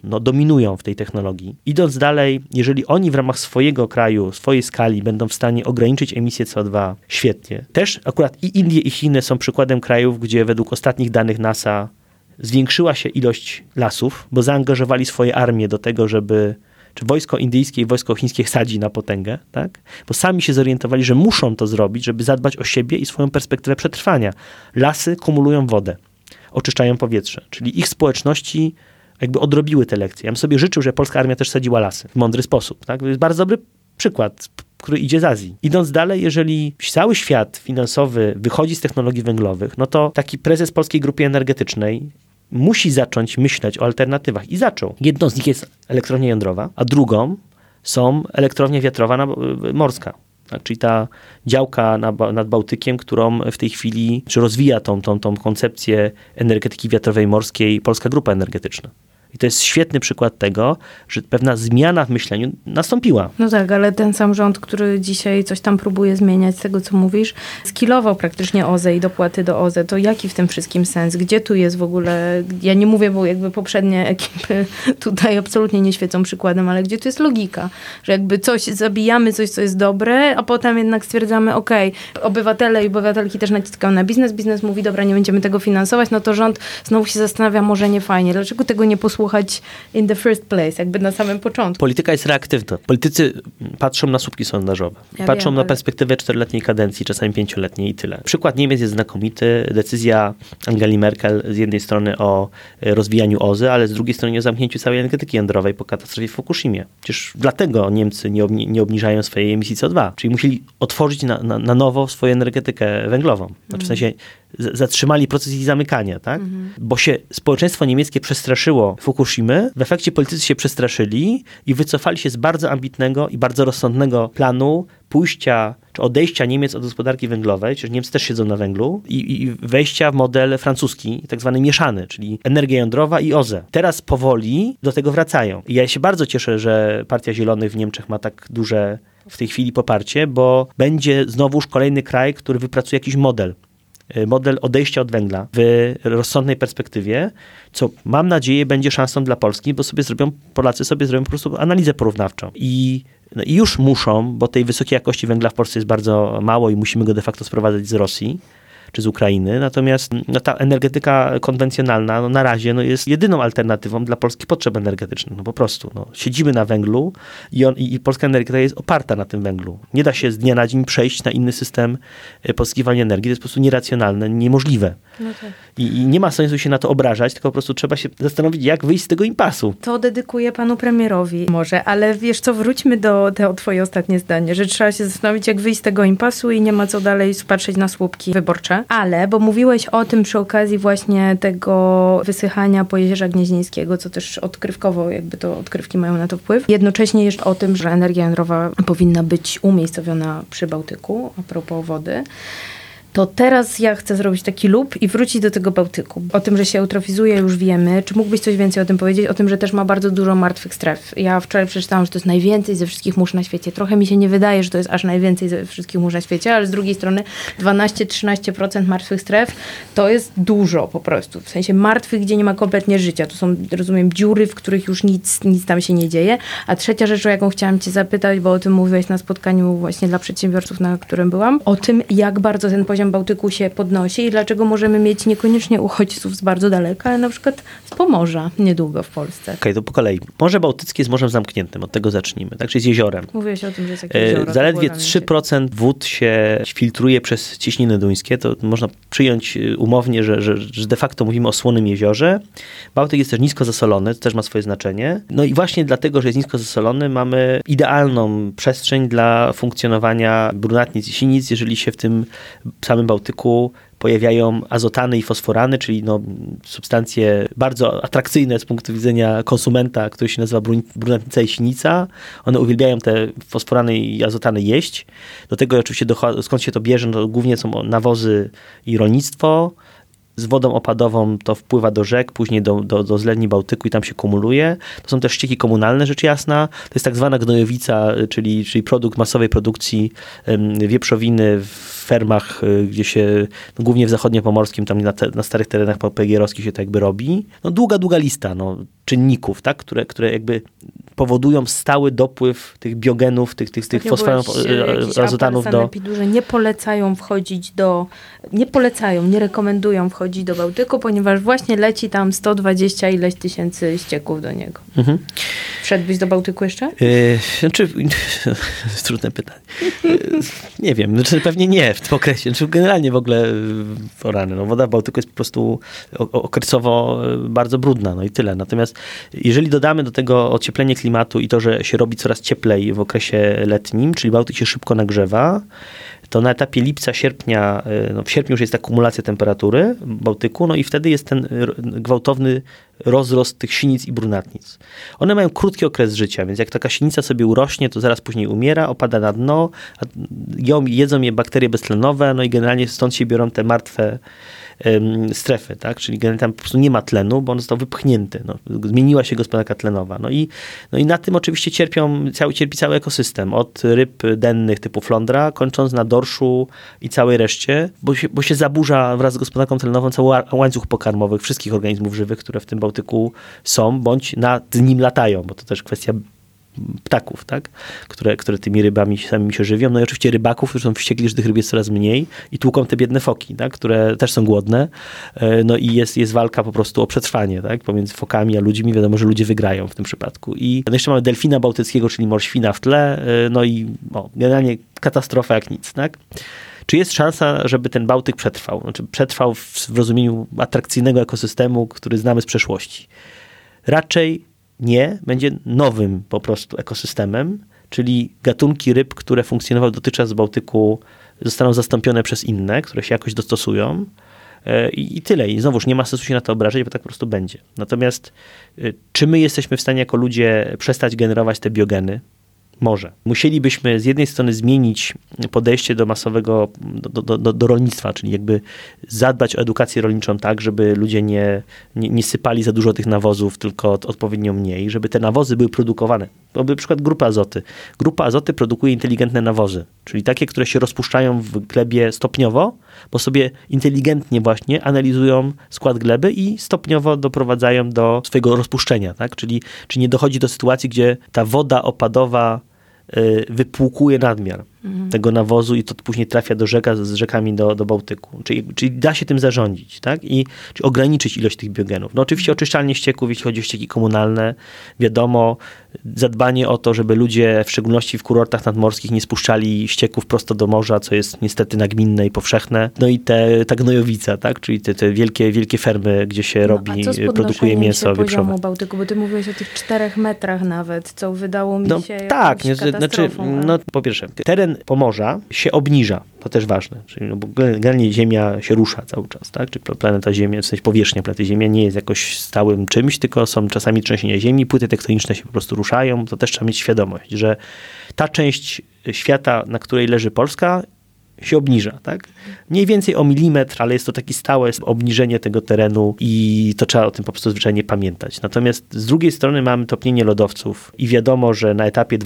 dominują w tej technologii. Idąc dalej, jeżeli oni w ramach swojego kraju, swojej skali będą w stanie ograniczyć emisję CO2, świetnie. Też akurat i Indie, i Chiny są przykładem krajów, gdzie według ostatnich danych NASA zwiększyła się ilość lasów, bo zaangażowali swoje armie do tego, żeby czy wojsko indyjskie i wojsko chińskie sadzi na potęgę, tak? Bo sami się zorientowali, że muszą to zrobić, żeby zadbać o siebie i swoją perspektywę przetrwania. Lasy kumulują wodę, oczyszczają powietrze, czyli ich społeczności jakby odrobiły te lekcje. Ja bym sobie życzył, że polska armia też sadziła lasy w mądry sposób. Tak? To jest bardzo dobry przykład, który idzie z Azji. Idąc dalej, jeżeli cały świat finansowy wychodzi z technologii węglowych, no to taki prezes Polskiej Grupy Energetycznej musi zacząć myśleć o alternatywach. I zaczął. Jedną z nich jest elektrownia jądrowa, a drugą są elektrownia wiatrowa morska. Tak, czyli ta działka nad Bałtykiem, którą w tej chwili rozwija tą koncepcję energetyki wiatrowej morskiej Polska Grupa Energetyczna. I to jest świetny przykład tego, że pewna zmiana w myśleniu nastąpiła. No tak, ale ten sam rząd, który dzisiaj coś tam próbuje zmieniać z tego, co mówisz, skilował praktycznie OZE i dopłaty do OZE. To jaki w tym wszystkim sens? Gdzie tu jest w ogóle, ja nie mówię, bo jakby poprzednie ekipy tutaj absolutnie nie świecą przykładem, ale gdzie tu jest logika? Że jakby zabijamy coś, co jest dobre, a potem jednak stwierdzamy, okej, obywatele i obywatelki też naciskają na biznes mówi, dobra, nie będziemy tego finansować, no to rząd znowu się zastanawia, może nie fajnie. Dlaczego tego nie posłuchać in the first place, jakby na samym początku. Polityka jest reaktywna. Politycy patrzą na słupki sondażowe. Patrzą na perspektywę 4-letniej kadencji, czasami 5-letniej i tyle. Przykład Niemiec jest znakomity. Decyzja Angeli Merkel z jednej strony o rozwijaniu OZE, ale z drugiej strony o zamknięciu całej energetyki jądrowej po katastrofie w Fukushimie. Przecież dlatego Niemcy nie obniżają swojej emisji CO2. Czyli musieli otworzyć na nowo swoją energetykę węglową. Znaczy w sensie zatrzymali proces jej zamykania, tak? Bo się społeczeństwo niemieckie przestraszyło Fukushimy, w efekcie politycy się przestraszyli i wycofali się z bardzo ambitnego i bardzo rozsądnego planu pójścia czy odejścia Niemiec od gospodarki węglowej, przecież Niemcy też siedzą na węglu, i wejścia w model francuski, tak zwany mieszany, czyli energia jądrowa i OZE. Teraz powoli do tego wracają. I ja się bardzo cieszę, że Partia Zielonych w Niemczech ma tak duże w tej chwili poparcie, bo będzie znowuż kolejny kraj, który wypracuje jakiś model odejścia od węgla w rozsądnej perspektywie, co mam nadzieję będzie szansą dla Polski, bo Polacy sobie zrobią po prostu analizę porównawczą. I już muszą, bo tej wysokiej jakości węgla w Polsce jest bardzo mało i musimy go de facto sprowadzać z Rosji czy z Ukrainy. Natomiast ta energetyka konwencjonalna na razie jest jedyną alternatywą dla polskich potrzeb energetycznych. Po prostu. Siedzimy na węglu i polska energetyka jest oparta na tym węglu. Nie da się z dnia na dzień przejść na inny system pozyskiwania energii. To jest po prostu nieracjonalne, niemożliwe. No tak. I nie ma sensu się na to obrażać, tylko po prostu trzeba się zastanowić, jak wyjść z tego impasu. To dedykuję panu premierowi może, ale wiesz co, wróćmy do twoje ostatnie zdanie, że trzeba się zastanowić, jak wyjść z tego impasu i nie ma co dalej patrzeć na słupki wyborcze. Ale, bo mówiłeś o tym przy okazji właśnie tego wysychania Pojezierza Gnieźnieńskiego, co też odkrywkowo, jakby to odkrywki mają na to wpływ. Jednocześnie jeszcze o tym, że energia jądrowa powinna być umiejscowiona przy Bałtyku, a propos wody. To teraz ja chcę zrobić taki loop i wrócić do tego Bałtyku. O tym, że się eutrofizuje, już wiemy. Czy mógłbyś coś więcej o tym powiedzieć? O tym, że też ma bardzo dużo martwych stref. Ja wczoraj przeczytałam, że to jest najwięcej ze wszystkich mórz na świecie. Trochę mi się nie wydaje, że to jest aż najwięcej ze wszystkich mórz na świecie, ale z drugiej strony 12-13% martwych stref to jest dużo po prostu. W sensie martwych, gdzie nie ma kompletnie życia. To są, rozumiem, dziury, w których już nic tam się nie dzieje. A trzecia rzecz, o jaką chciałam cię zapytać, bo o tym mówiłeś na spotkaniu właśnie dla przedsiębiorców, na którym byłam, o tym, jak bardzo ten poziom Bałtyku się podnosi i dlaczego możemy mieć niekoniecznie uchodźców z bardzo daleka, ale na przykład z Pomorza niedługo w Polsce. Okej, to po kolei. Morze Bałtyckie jest morzem zamkniętym, od tego zacznijmy. Tak, czyli jest jeziorem. Mówiłeś o tym, że jest jakieś jezioro. Zaledwie 3% wód się filtruje przez cieśniny duńskie. To można przyjąć umownie, że de facto mówimy o słonym jeziorze. Bałtyk jest też nisko zasolony, to też ma swoje znaczenie. No i właśnie dlatego, że jest nisko zasolony, mamy idealną przestrzeń dla funkcjonowania brunatnic i sinic, jeżeli się w tym samym Bałtyku pojawiają azotany i fosforany, czyli substancje bardzo atrakcyjne z punktu widzenia konsumenta, który się nazywa brunatnica i sinica. One uwielbiają te fosforany i azotany jeść. Do tego oczywiście skąd się to bierze, to głównie są nawozy i rolnictwo. z wodą opadową to wpływa do rzek, później do zlewni Bałtyku i tam się kumuluje. To są też ścieki komunalne, rzecz jasna. To jest tak zwana gnojowica, czyli produkt masowej produkcji wieprzowiny w fermach, gdzie się, głównie w zachodniopomorskim, tam na starych terenach PGR-owskich się to jakby robi. Długa lista czynników, tak, które jakby powodują stały dopływ tych biogenów, tych fosforów, azotanów do... że nie rekomendują wchodzić do Bałtyku, ponieważ właśnie leci tam 120 ileś tysięcy ścieków do niego. Mhm. Wszedłbyś do Bałtyku jeszcze? Trudne pytanie. Nie wiem, pewnie nie w tym okresie. Generalnie w ogóle woda w Bałtyku jest po prostu okresowo bardzo brudna, i tyle. Natomiast jeżeli dodamy do tego ocieplenie klimatu i to, że się robi coraz cieplej w okresie letnim, czyli Bałtyk się szybko nagrzewa, to na etapie lipca, sierpnia, w sierpniu już jest akumulacja temperatury w Bałtyku, i wtedy jest ten gwałtowny rozrost tych sinic i brunatnic. One mają krótki okres życia, więc jak taka sinica sobie urośnie, to zaraz później umiera, opada na dno, jedzą je bakterie beztlenowe, i generalnie stąd się biorą te martwe strefy, tak? Czyli generalnie tam po prostu nie ma tlenu, bo on został wypchnięty. Zmieniła się gospodarka tlenowa. I na tym oczywiście cierpi cały ekosystem. Od ryb dennych typu flądra, kończąc na dorszu i całej reszcie, bo się zaburza wraz z gospodarką tlenową cały łańcuch pokarmowych wszystkich organizmów żywych, które w tym Bałtyku są, bądź nad nim latają, bo to też kwestia ptaków, tak? które tymi rybami samymi się żywią. I oczywiście rybaków, którzy są wściekli, że tych ryb jest coraz mniej i tłuką te biedne foki, tak? Które też są głodne. I jest walka po prostu o przetrwanie, tak? Pomiędzy fokami a ludźmi. Wiadomo, że ludzie wygrają w tym przypadku. I jeszcze mamy delfina bałtyckiego, czyli morświna w tle. Generalnie katastrofa jak nic, tak? Czy jest szansa, żeby ten Bałtyk przetrwał? Przetrwał w rozumieniu atrakcyjnego ekosystemu, który znamy z przeszłości? Raczej nie, będzie nowym po prostu ekosystemem, czyli gatunki ryb, które funkcjonowały dotychczas w Bałtyku, zostaną zastąpione przez inne, które się jakoś dostosują i tyle. I znowuż nie ma sensu się na to obrażać, bo tak po prostu będzie. Natomiast czy my jesteśmy w stanie jako ludzie przestać generować te biogeny? Może. Musielibyśmy z jednej strony zmienić podejście do masowego, do rolnictwa, czyli jakby zadbać o edukację rolniczą tak, żeby ludzie nie sypali za dużo tych nawozów, tylko odpowiednio mniej, żeby te nawozy były produkowane. To by przykład Grupa Azoty. Grupa Azoty produkuje inteligentne nawozy, czyli takie, które się rozpuszczają w glebie stopniowo, bo sobie inteligentnie właśnie analizują skład gleby i stopniowo doprowadzają do swojego rozpuszczenia, tak? Czyli nie dochodzi do sytuacji, gdzie ta woda opadowa wypłukuje nadmiar tego nawozu i to później trafia do z rzekami do Bałtyku. Czyli da się tym zarządzić, tak? Czy ograniczyć ilość tych biogenów. Oczywiście oczyszczalnie ścieków, jeśli chodzi o ścieki komunalne, wiadomo, zadbanie o to, żeby ludzie, w szczególności w kurortach nadmorskich, nie spuszczali ścieków prosto do morza, co jest niestety nagminne i powszechne. I ta gnojowica, tak? Czyli te wielkie fermy, gdzie się produkuje mięso wieprzowe. Bałtyku, bo ty mówiłeś o tych 4 metrach nawet, co wydało mi się katastrofą. Po pierwsze, teren Pomorza się obniża. To też ważne. Czyli bo generalnie Ziemia się rusza cały czas, tak? Czyli planeta Ziemia, w sensie powierzchnia planety Ziemia nie jest jakoś stałym czymś, tylko są czasami trzęsienia Ziemi, płyty tektoniczne się po prostu ruszają. To też trzeba mieć świadomość, że ta część świata, na której leży Polska, się obniża, tak? Mniej więcej o milimetr, ale jest to takie stałe obniżenie tego terenu i to trzeba o tym po prostu zwyczajnie pamiętać. Natomiast z drugiej strony mamy topnienie lodowców i wiadomo, że na etapie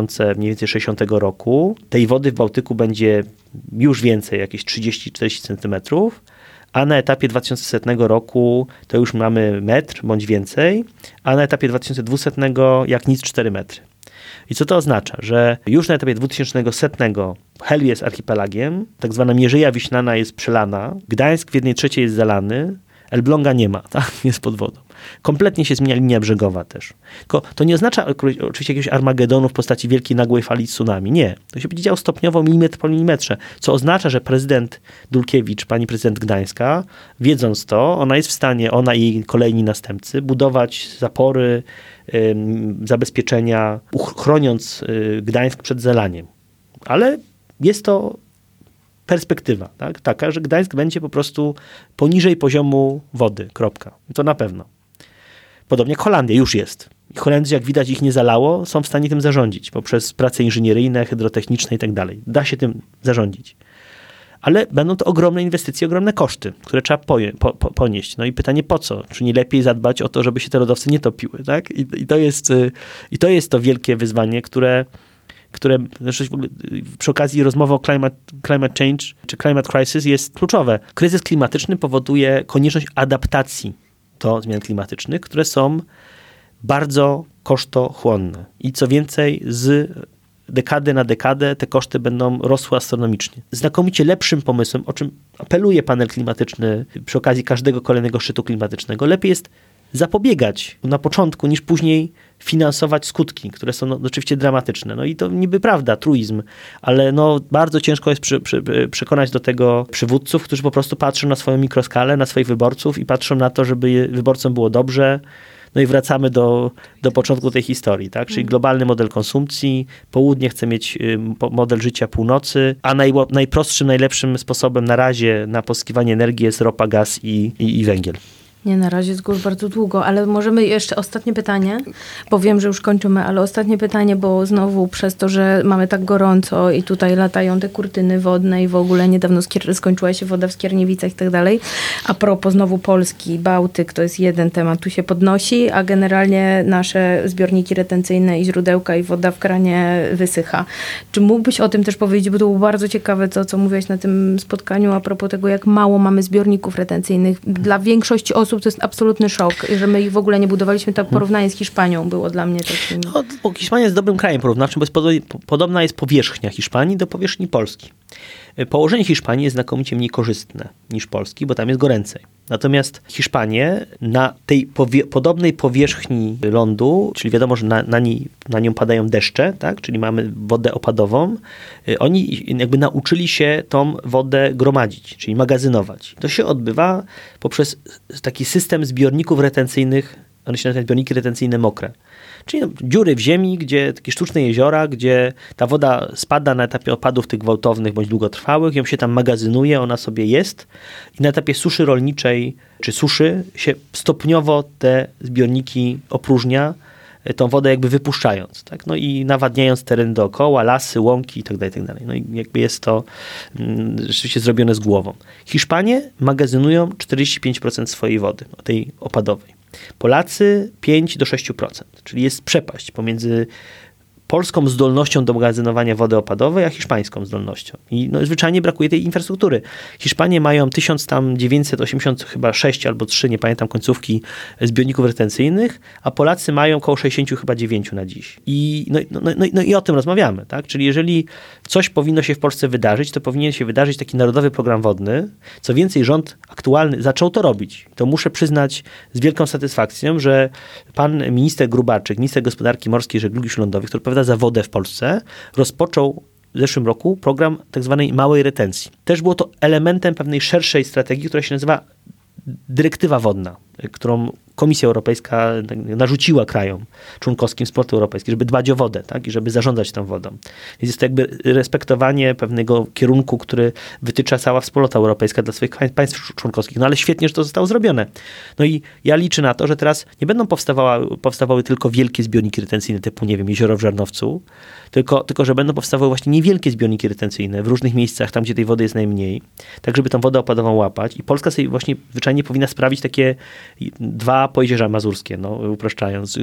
2060 roku tej wody w Bałtyku będzie już więcej, jakieś 30-40 centymetrów, a na etapie 2100 roku to już mamy metr bądź więcej, a na etapie 2200 jak nic 4 metry. I co to oznacza? Że już na etapie 2100 Hel jest archipelagiem, tak zwana Mierzyja Wiślana jest przelana, Gdańsk w 1/3 jest zalany, Elbląga nie ma, tak? Jest pod wodą. Kompletnie się zmienia linia brzegowa też. Tylko to nie oznacza oczywiście jakiegoś Armagedonu w postaci wielkiej nagłej fali tsunami. Nie. To się będzie działo stopniowo, milimetr po milimetrze. Co oznacza, że prezydent Dulkiewicz, pani prezydent Gdańska, wiedząc to, ona jest w stanie, ona i jej kolejni następcy, budować zapory, zabezpieczenia, chroniąc Gdańsk przed zalaniem. Ale jest to perspektywa, tak? Taka, że Gdańsk będzie po prostu poniżej poziomu wody. Kropka. To na pewno. Podobnie jak Holandia już jest. I Holendrzy, jak widać, ich nie zalało, są w stanie tym zarządzić poprzez prace inżynieryjne, hydrotechniczne i tak dalej. Da się tym zarządzić. ale będą to ogromne inwestycje, ogromne koszty, które trzeba ponieść. No i pytanie po co? Czy nie lepiej zadbać o to, żeby się te lodowce nie topiły, tak? I to jest to wielkie wyzwanie, które zresztą przy okazji rozmowy o climate change czy climate crisis jest kluczowe. Kryzys klimatyczny powoduje konieczność adaptacji do zmian klimatycznych, które są bardzo kosztochłonne. I co więcej, z dekady na dekadę te koszty będą rosły astronomicznie. Znakomicie lepszym pomysłem, o czym apeluje panel klimatyczny przy okazji każdego kolejnego szczytu klimatycznego, lepiej jest zapobiegać na początku, niż później finansować skutki, które są oczywiście dramatyczne. No i to niby prawda, truizm, ale bardzo ciężko jest przekonać do tego przywódców, którzy po prostu patrzą na swoją mikroskalę, na swoich wyborców i patrzą na to, żeby wyborcom było dobrze. No i wracamy do początku tej historii, tak? Czyli globalny model konsumpcji, południe chce mieć model życia północy, a najprostszym, najlepszym sposobem na razie na pozyskiwanie energii jest ropa, gaz i węgiel. Nie, na razie jest już bardzo długo, ale możemy jeszcze ostatnie pytanie, bo wiem, że już kończymy, ale ostatnie pytanie, bo znowu przez to, że mamy tak gorąco i tutaj latają te kurtyny wodne i w ogóle niedawno skończyła się woda w Skierniewicach i tak dalej. A propos znowu Polski, Bałtyk, to jest jeden temat, tu się podnosi, a generalnie nasze zbiorniki retencyjne i źródełka i woda w kranie wysycha. Czy mógłbyś o tym też powiedzieć, bo to było bardzo ciekawe to, co mówiłeś na tym spotkaniu a propos tego, jak mało mamy zbiorników retencyjnych. Dla większości osób to jest absolutny szok, że my ich w ogóle nie budowaliśmy. To porównanie z Hiszpanią było dla mnie takim... Bo Hiszpania jest dobrym krajem porównawczym, bo podobna jest powierzchnia Hiszpanii do powierzchni Polski. Położenie Hiszpanii jest znakomicie mniej korzystne niż Polski, bo tam jest goręcej. Natomiast Hiszpanie na tej podobnej powierzchni lądu, czyli wiadomo, że na nią padają deszcze, tak? Czyli mamy wodę opadową, oni jakby nauczyli się tą wodę gromadzić, czyli magazynować. To się odbywa poprzez taki system zbiorników retencyjnych, one się nazywają zbiorniki retencyjne mokre. Czyli dziury w ziemi, gdzie takie sztuczne jeziora, gdzie ta woda spada na etapie opadów tych gwałtownych bądź długotrwałych, ją się tam magazynuje, ona sobie jest i na etapie suszy rolniczej czy suszy się stopniowo te zbiorniki opróżnia, tą wodę jakby wypuszczając, tak? No i nawadniając teren dookoła, lasy, łąki itd. No i jakby jest to rzeczywiście zrobione z głową. Hiszpanie magazynują 45% swojej wody, tej opadowej. Polacy 5-6%, czyli jest przepaść pomiędzy polską zdolnością do magazynowania wody opadowej, a hiszpańską zdolnością. I zwyczajnie brakuje tej infrastruktury. Hiszpanie mają 1986 albo 3, nie pamiętam końcówki, zbiorników retencyjnych, a Polacy mają około 69 na dziś. I o tym rozmawiamy, tak? Czyli jeżeli coś powinno się w Polsce wydarzyć, to powinien się wydarzyć taki narodowy program wodny. Co więcej, rząd aktualny zaczął to robić. To muszę przyznać z wielką satysfakcją, że pan minister Grubarczyk, minister gospodarki morskiej i żeglugi śródlądowej, który odpowiada za wodę w Polsce, rozpoczął w zeszłym roku program tak zwanej małej retencji. Też było to elementem pewnej szerszej strategii, która się nazywa dyrektywa wodna, którą Komisja Europejska narzuciła krajom członkowskim Wspólnoty Europejskiej, żeby dbać o wodę, tak? I żeby zarządzać tą wodą. Więc jest to jakby respektowanie pewnego kierunku, który wytycza cała Wspólnota Europejska dla swoich państw członkowskich. No ale świetnie, że to zostało zrobione. No i ja liczę na to, że teraz nie będą powstawały tylko wielkie zbiorniki retencyjne typu, nie wiem, jezioro w Żarnowcu, tylko że będą powstawały właśnie niewielkie zbiorniki retencyjne w różnych miejscach, tam gdzie tej wody jest najmniej, tak żeby tą wodę opadową łapać. I Polska sobie właśnie zwyczajnie powinna sprawić takie 2 pojezierza mazurskie, upraszczając.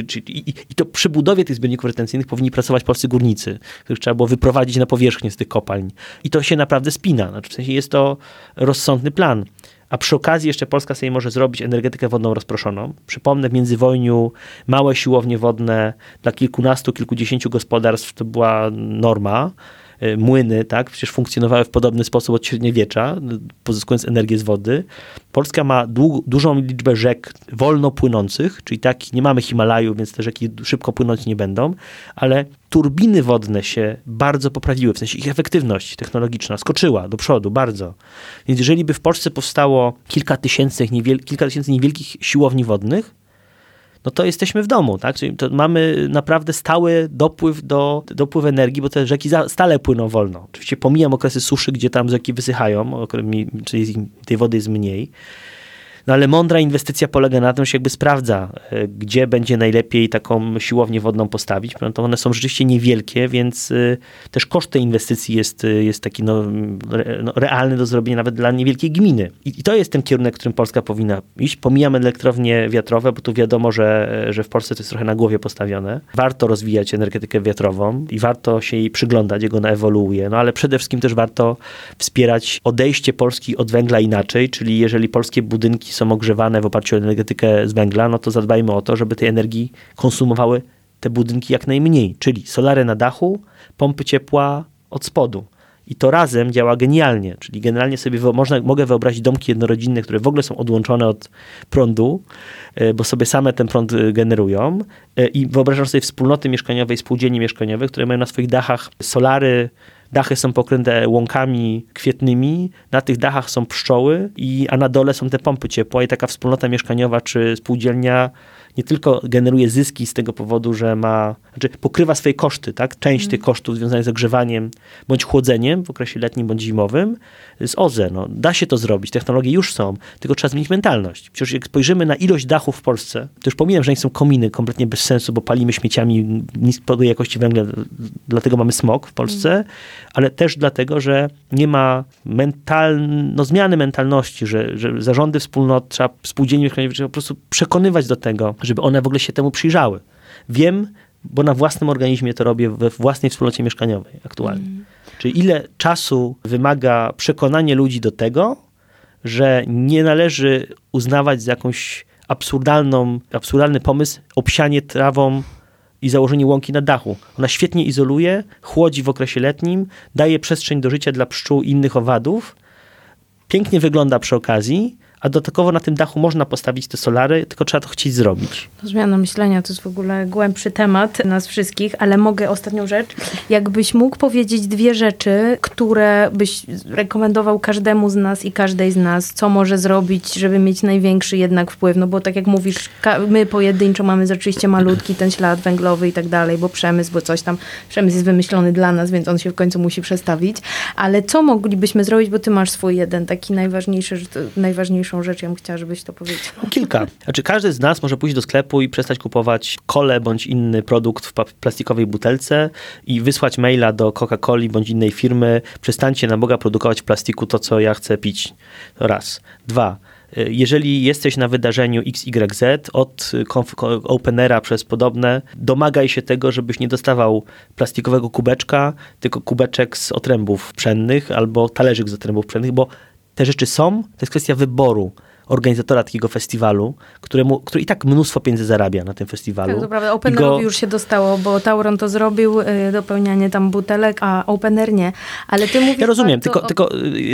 I to przy budowie tych zbiorników retencyjnych powinni pracować polscy górnicy, których trzeba było wyprowadzić na powierzchnię z tych kopalń. I to się naprawdę spina. Znaczy, w sensie jest to rozsądny plan. A przy okazji jeszcze Polska sobie może zrobić energetykę wodną rozproszoną. Przypomnę, w międzywojniu małe siłownie wodne dla kilkunastu, kilkudziesięciu gospodarstw to była norma. Młyny, tak, przecież funkcjonowały w podobny sposób od średniowiecza, pozyskując energię z wody. Polska ma dużą liczbę rzek wolno płynących, czyli tak, nie mamy Himalaju, więc te rzeki szybko płynąć nie będą, ale turbiny wodne się bardzo poprawiły, w sensie ich efektywność technologiczna skoczyła do przodu bardzo. Więc jeżeli by w Polsce powstało kilka tysięcy niewielkich siłowni wodnych, no to jesteśmy w domu, tak? Czyli to mamy naprawdę stały dopływ energii, bo te rzeki stale płyną wolno. Oczywiście pomijam okresy suszy, gdzie tam rzeki wysychają, czyli tej wody jest mniej. No ale mądra inwestycja polega na tym, że jakby sprawdza, gdzie będzie najlepiej taką siłownię wodną postawić. No to one są rzeczywiście niewielkie, więc też koszt tej inwestycji jest taki realny do zrobienia nawet dla niewielkiej gminy. I to jest ten kierunek, w którym Polska powinna iść. Pomijamy elektrownie wiatrowe, bo tu wiadomo, że w Polsce to jest trochę na głowie postawione. Warto rozwijać energetykę wiatrową i warto się jej przyglądać, jak ona ewoluuje. No ale przede wszystkim też warto wspierać odejście Polski od węgla inaczej, czyli jeżeli polskie budynki są ogrzewane w oparciu o energetykę z węgla, no to zadbajmy o to, żeby tej energii konsumowały te budynki jak najmniej, czyli solary na dachu, pompy ciepła od spodu. I to razem działa genialnie, czyli generalnie sobie mogę wyobrazić domki jednorodzinne, które w ogóle są odłączone od prądu, bo sobie same ten prąd generują i wyobrażam sobie wspólnoty mieszkaniowe i spółdzielnie mieszkaniowe, które mają na swoich dachach solary, dachy są pokryte łąkami kwietnymi, na tych dachach są pszczoły, a na dole są te pompy ciepła i taka wspólnota mieszkaniowa czy spółdzielnia nie tylko generuje zyski z tego powodu, że pokrywa swoje koszty, tak? Część tych kosztów związanych z ogrzewaniem bądź chłodzeniem w okresie letnim bądź zimowym z OZE. No, da się to zrobić, technologie już są, tylko trzeba zmienić mentalność. Przecież jak spojrzymy na ilość dachów w Polsce, to już pomijam, że nie są kominy kompletnie bez sensu, bo palimy śmieciami niskiej jakości węgla, dlatego mamy smog w Polsce, ale też dlatego, że nie ma zmiany mentalności, że zarządy wspólnot, trzeba spółdzielni mieszkaniowych trzeba po prostu przekonywać do tego, żeby one w ogóle się temu przyjrzały. Wiem, bo na własnym organizmie to robię we własnej wspólnocie mieszkaniowej aktualnie. Czyli ile czasu wymaga przekonanie ludzi do tego, że nie należy uznawać za jakąś absurdalny pomysł obsianie trawą i założenie łąki na dachu. Ona świetnie izoluje, chłodzi w okresie letnim, daje przestrzeń do życia dla pszczół i innych owadów. Pięknie wygląda przy okazji, a dodatkowo na tym dachu można postawić te solary, tylko trzeba to chcieć zrobić. Zmiana myślenia to jest w ogóle głębszy temat nas wszystkich, ale mogę ostatnią rzecz. Jakbyś mógł powiedzieć 2 rzeczy, które byś rekomendował każdemu z nas i każdej z nas, co może zrobić, żeby mieć największy jednak wpływ, no bo tak jak mówisz, my pojedynczo mamy oczywiście malutki ten ślad węglowy i tak dalej, bo przemysł, bo coś tam, przemysł jest wymyślony dla nas, więc on się w końcu musi przestawić, ale co moglibyśmy zrobić, bo ty masz swój jeden taki najważniejszą rzecz, ja bym chciała, żebyś to powiedział. Kilka. Znaczy każdy z nas może pójść do sklepu i przestać kupować kolę bądź inny produkt w plastikowej butelce i wysłać maila do Coca-Coli bądź innej firmy. Przestańcie na Boga produkować w plastiku to, co ja chcę pić. To raz. 2. Jeżeli jesteś na wydarzeniu XYZ, od Openera przez podobne, domagaj się tego, żebyś nie dostawał plastikowego kubeczka, tylko kubeczek z otrębów pszennych albo talerzyk z otrębów pszennych, bo te rzeczy są, to jest kwestia wyboru organizatora takiego festiwalu, który i tak mnóstwo pieniędzy zarabia na tym festiwalu. Tak, to prawda. Openerowi już się dostało, bo Tauron to zrobił, dopełnianie tam butelek, a Opener nie. Ale ty mówisz... Ja rozumiem, tylko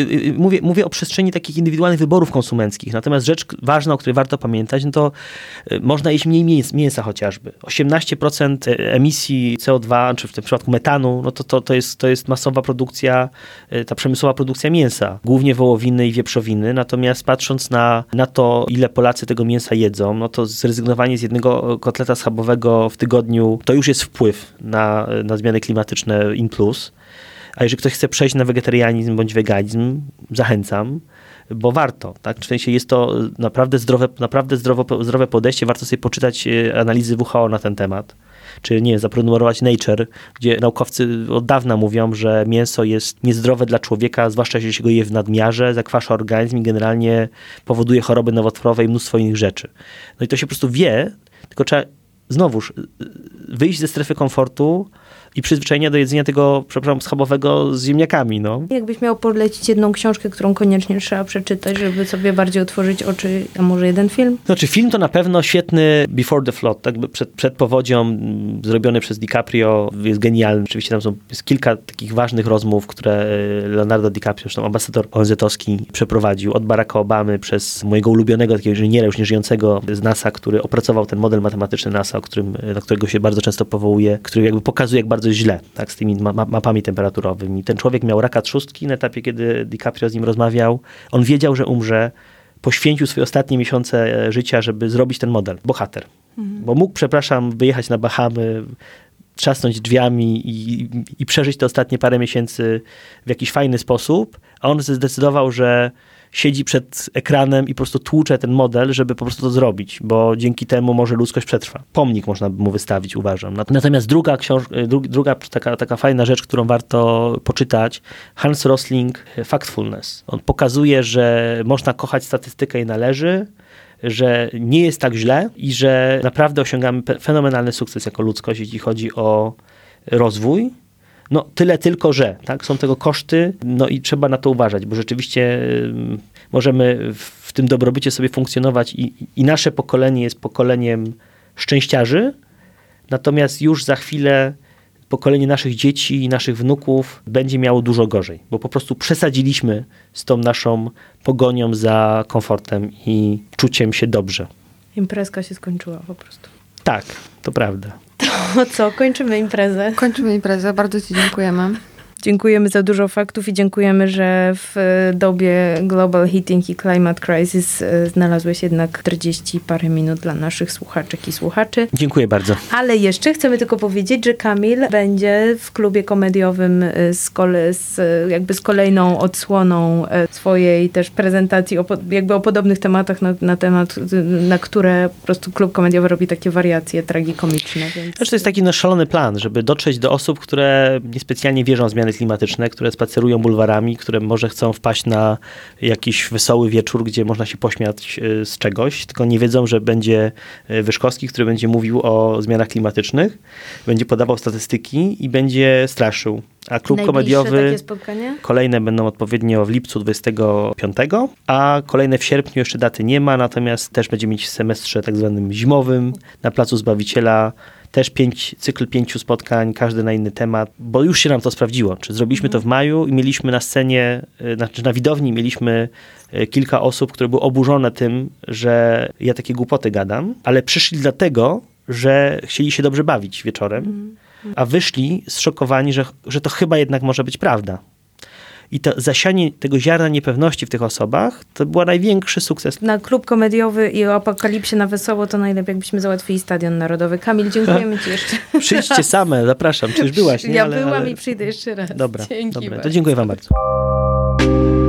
mówię o przestrzeni takich indywidualnych wyborów konsumenckich. Natomiast rzecz ważna, o której warto pamiętać, no to można jeść mniej mięsa chociażby. 18% emisji CO2, czy w tym przypadku metanu, no to jest masowa produkcja, ta przemysłowa produkcja mięsa. Głównie wołowiny i wieprzowiny. Natomiast patrząc na to, ile Polacy tego mięsa jedzą, no to zrezygnowanie z jednego kotleta schabowego w tygodniu, to już jest wpływ na zmiany klimatyczne in plus. A jeżeli ktoś chce przejść na wegetarianizm bądź weganizm, zachęcam, bo warto. Tak? W sensie jest to naprawdę zdrowe podejście. Warto sobie poczytać analizy WHO na ten temat. Czy zaprenumerować Nature, gdzie naukowcy od dawna mówią, że mięso jest niezdrowe dla człowieka, zwłaszcza jeśli się go je w nadmiarze, zakwasza organizm i generalnie powoduje choroby nowotworowe i mnóstwo innych rzeczy. No i to się po prostu wie, tylko trzeba znowuż wyjść ze strefy komfortu i przyzwyczajenia do jedzenia tego, schabowego z ziemniakami. No. Jakbyś miał polecić jedną książkę, którą koniecznie trzeba przeczytać, żeby sobie bardziej otworzyć oczy, a może jeden film? Znaczy film to na pewno świetny Before the Flood, tak przed powodzią, zrobiony przez DiCaprio, jest genialny. Oczywiście tam jest kilka takich ważnych rozmów, które Leonardo DiCaprio, zresztą ambasador ONZ-owski, przeprowadził. Od Baracka Obamy przez mojego ulubionego takiego inżyniera już nieżyjącego z NASA, który opracował ten model matematyczny NASA, na którego się bardzo często powołuje, który jakby pokazuje, jak bardzo źle, tak, z tymi mapami temperaturowymi. Ten człowiek miał raka trzustki na etapie, kiedy DiCaprio z nim rozmawiał. On wiedział, że umrze. Poświęcił swoje ostatnie miesiące życia, żeby zrobić ten model. Bohater. Bo mógł, wyjechać na Bahamy, trzasnąć drzwiami i przeżyć te ostatnie parę miesięcy w jakiś fajny sposób, a on zdecydował, że siedzi przed ekranem i po prostu tłucze ten model, żeby po prostu to zrobić, bo dzięki temu może ludzkość przetrwa. Pomnik można by mu wystawić, uważam. Natomiast druga taka fajna rzecz, którą warto poczytać, Hans Rosling, Factfulness. On pokazuje, że można kochać statystykę i należy, że nie jest tak źle i że naprawdę osiągamy fenomenalny sukces jako ludzkość, jeśli chodzi o rozwój. No tyle tylko, że tak, są tego koszty, no i trzeba na to uważać, bo rzeczywiście możemy w tym dobrobycie sobie funkcjonować i nasze pokolenie jest pokoleniem szczęściarzy, natomiast już za chwilę pokolenie naszych dzieci i naszych wnuków będzie miało dużo gorzej, bo po prostu przesadziliśmy z tą naszą pogonią za komfortem i czuciem się dobrze. Imprezka się skończyła po prostu. Tak, to prawda. To co, kończymy imprezę. Kończymy imprezę, bardzo ci dziękujemy. Dziękujemy za dużo faktów i dziękujemy, że w dobie Global Heating i Climate Crisis znalazłeś jednak 40 parę minut dla naszych słuchaczek i słuchaczy. Dziękuję bardzo. Ale jeszcze chcemy tylko powiedzieć, że Kamil będzie w klubie komediowym z kolejną odsłoną swojej też prezentacji o podobnych tematach, na temat, na które po prostu klub komediowy robi takie wariacje tragikomiczne. Więc... To jest taki szalony plan, żeby dotrzeć do osób, które niespecjalnie wierzą w zmiany klimatyczne, które spacerują bulwarami, które może chcą wpaść na jakiś wesoły wieczór, gdzie można się pośmiać z czegoś, tylko nie wiedzą, że będzie Wyszkowski, który będzie mówił o zmianach klimatycznych, będzie podawał statystyki i będzie straszył. A klub komediowy, takie spotkanie? Kolejne będą odpowiednio w lipcu 25, a kolejne w sierpniu, jeszcze daty nie ma, natomiast też będzie mieć w semestrze tak zwanym zimowym na Placu Zbawiciela też cykl 5 spotkań, każdy na inny temat, bo już się nam to sprawdziło. Czy zrobiliśmy to w maju i mieliśmy na scenie, na widowni mieliśmy kilka osób, które były oburzone tym, że ja takie głupoty gadam, ale przyszli dlatego, że chcieli się dobrze bawić wieczorem, a wyszli zszokowani, że to chyba jednak może być prawda. I to zasianie tego ziarna niepewności w tych osobach, to był największy sukces. Na klub komediowy i o apokalipsie na wesoło to najlepiej, jakbyśmy załatwili Stadion Narodowy. Kamil, dziękujemy ci jeszcze. Przyjdźcie same, zapraszam. Czy już byłaś? Nie? Ja byłam i przyjdę jeszcze raz. Dobra, Dzięki to dziękuję wam bardzo.